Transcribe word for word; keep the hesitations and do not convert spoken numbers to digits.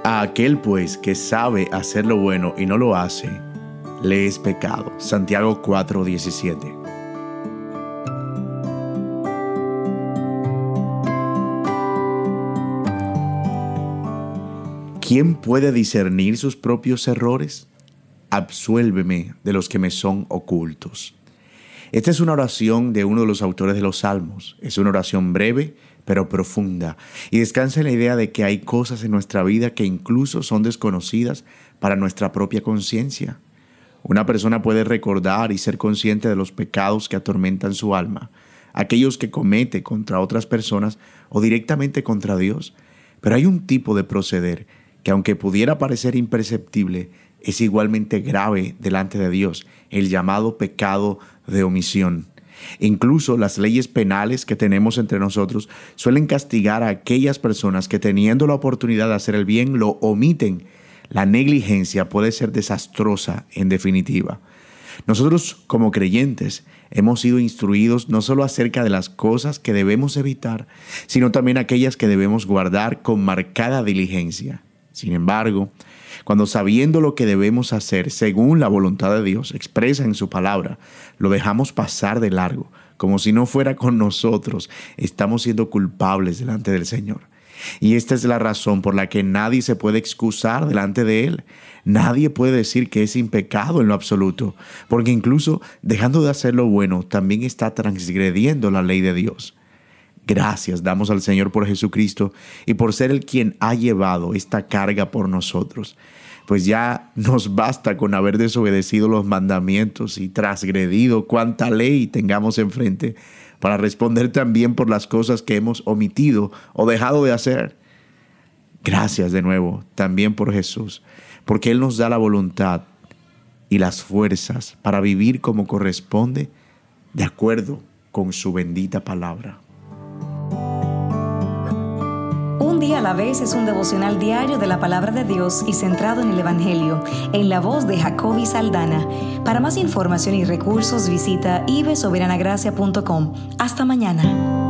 A aquel pues que sabe hacer lo bueno y no lo hace, le es pecado. Santiago cuatro diecisiete. ¿Quién puede discernir sus propios errores? Absuélveme de los que me son ocultos. Esta es una oración de uno de los autores de los Salmos. Es una oración breve, pero profunda, y descansa en la idea de que hay cosas en nuestra vida que incluso son desconocidas para nuestra propia conciencia. Una persona puede recordar y ser consciente de los pecados que atormentan su alma, aquellos que comete contra otras personas o directamente contra Dios, pero hay un tipo de proceder que, aunque pudiera parecer imperceptible, es igualmente grave delante de Dios, el llamado pecado de omisión. Incluso las leyes penales que tenemos entre nosotros suelen castigar a aquellas personas que, teniendo la oportunidad de hacer el bien, lo omiten. La negligencia puede ser desastrosa en definitiva. Nosotros, como creyentes, hemos sido instruidos no solo acerca de las cosas que debemos evitar, sino también aquellas que debemos guardar con marcada diligencia. Sin embargo, cuando, sabiendo lo que debemos hacer según la voluntad de Dios expresa en su palabra, lo dejamos pasar de largo, como si no fuera con nosotros, estamos siendo culpables delante del Señor. Y esta es la razón por la que nadie se puede excusar delante de Él. Nadie puede decir que es sin pecado en lo absoluto, porque incluso dejando de hacer lo bueno, también está transgrediendo la ley de Dios. Gracias damos al Señor por Jesucristo y por ser el quien ha llevado esta carga por nosotros. Pues ya nos basta con haber desobedecido los mandamientos y transgredido cuanta ley tengamos enfrente para responder también por las cosas que hemos omitido o dejado de hacer. Gracias de nuevo también por Jesús, porque Él nos da la voluntad y las fuerzas para vivir como corresponde, de acuerdo con su bendita palabra. Un día a la vez es un devocional diario de la palabra de Dios y centrado en el Evangelio, en la voz de Jacoby Saldana. Para más información y recursos visita ibesoberanagracia punto com. Hasta mañana.